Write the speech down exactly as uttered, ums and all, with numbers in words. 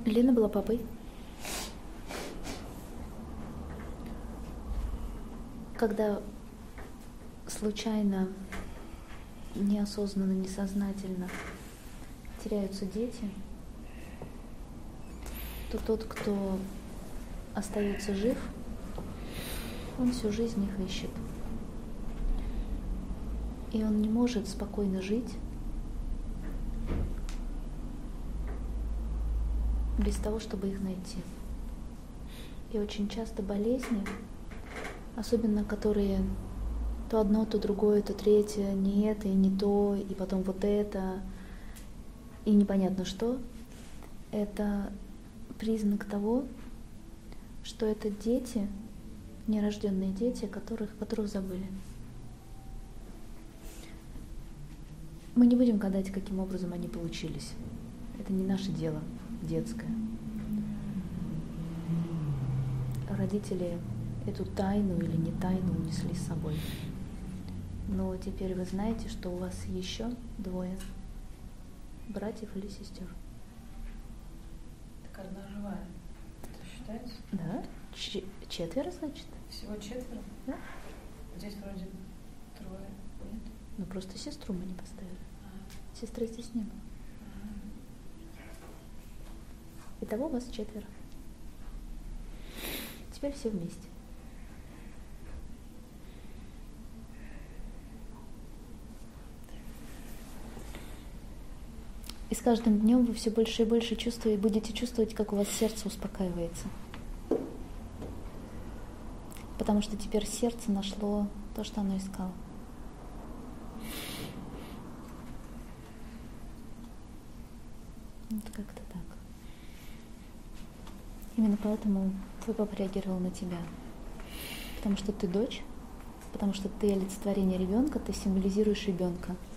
Лена была папой. Когда случайно, неосознанно, несознательно теряются дети, то тот, кто остается жив, он всю жизнь их ищет. И он не может спокойно жить без того, чтобы их найти. И очень часто болезни, особенно которые то одно, то другое, то третье, не это и не то, и потом вот это, и непонятно что, это признак того, что это дети, нерожденные дети, которых, которых забыли. Мы не будем гадать, каким образом они получились. Это не наше дело детское. Родители эту тайну или не тайну унесли с собой. Но теперь вы знаете, что у вас еще двое братьев или сестер. Так одна живая. Это считается? Да. Ч- четверо, значит? Всего четверо? Да. Здесь вроде трое. Нет? Ну просто сестру мы не поставили. А. Сестры здесь не было. Итого у вас четверо. Теперь все вместе. И с каждым днем вы все больше и больше чувствуете, будете чувствовать, как у вас сердце успокаивается. Потому что теперь сердце нашло то, что оно искало. Вот как-то так. Именно поэтому твой папа реагировал на тебя. Потому что ты дочь, потому что ты олицетворение ребенка, ты символизируешь ребенка.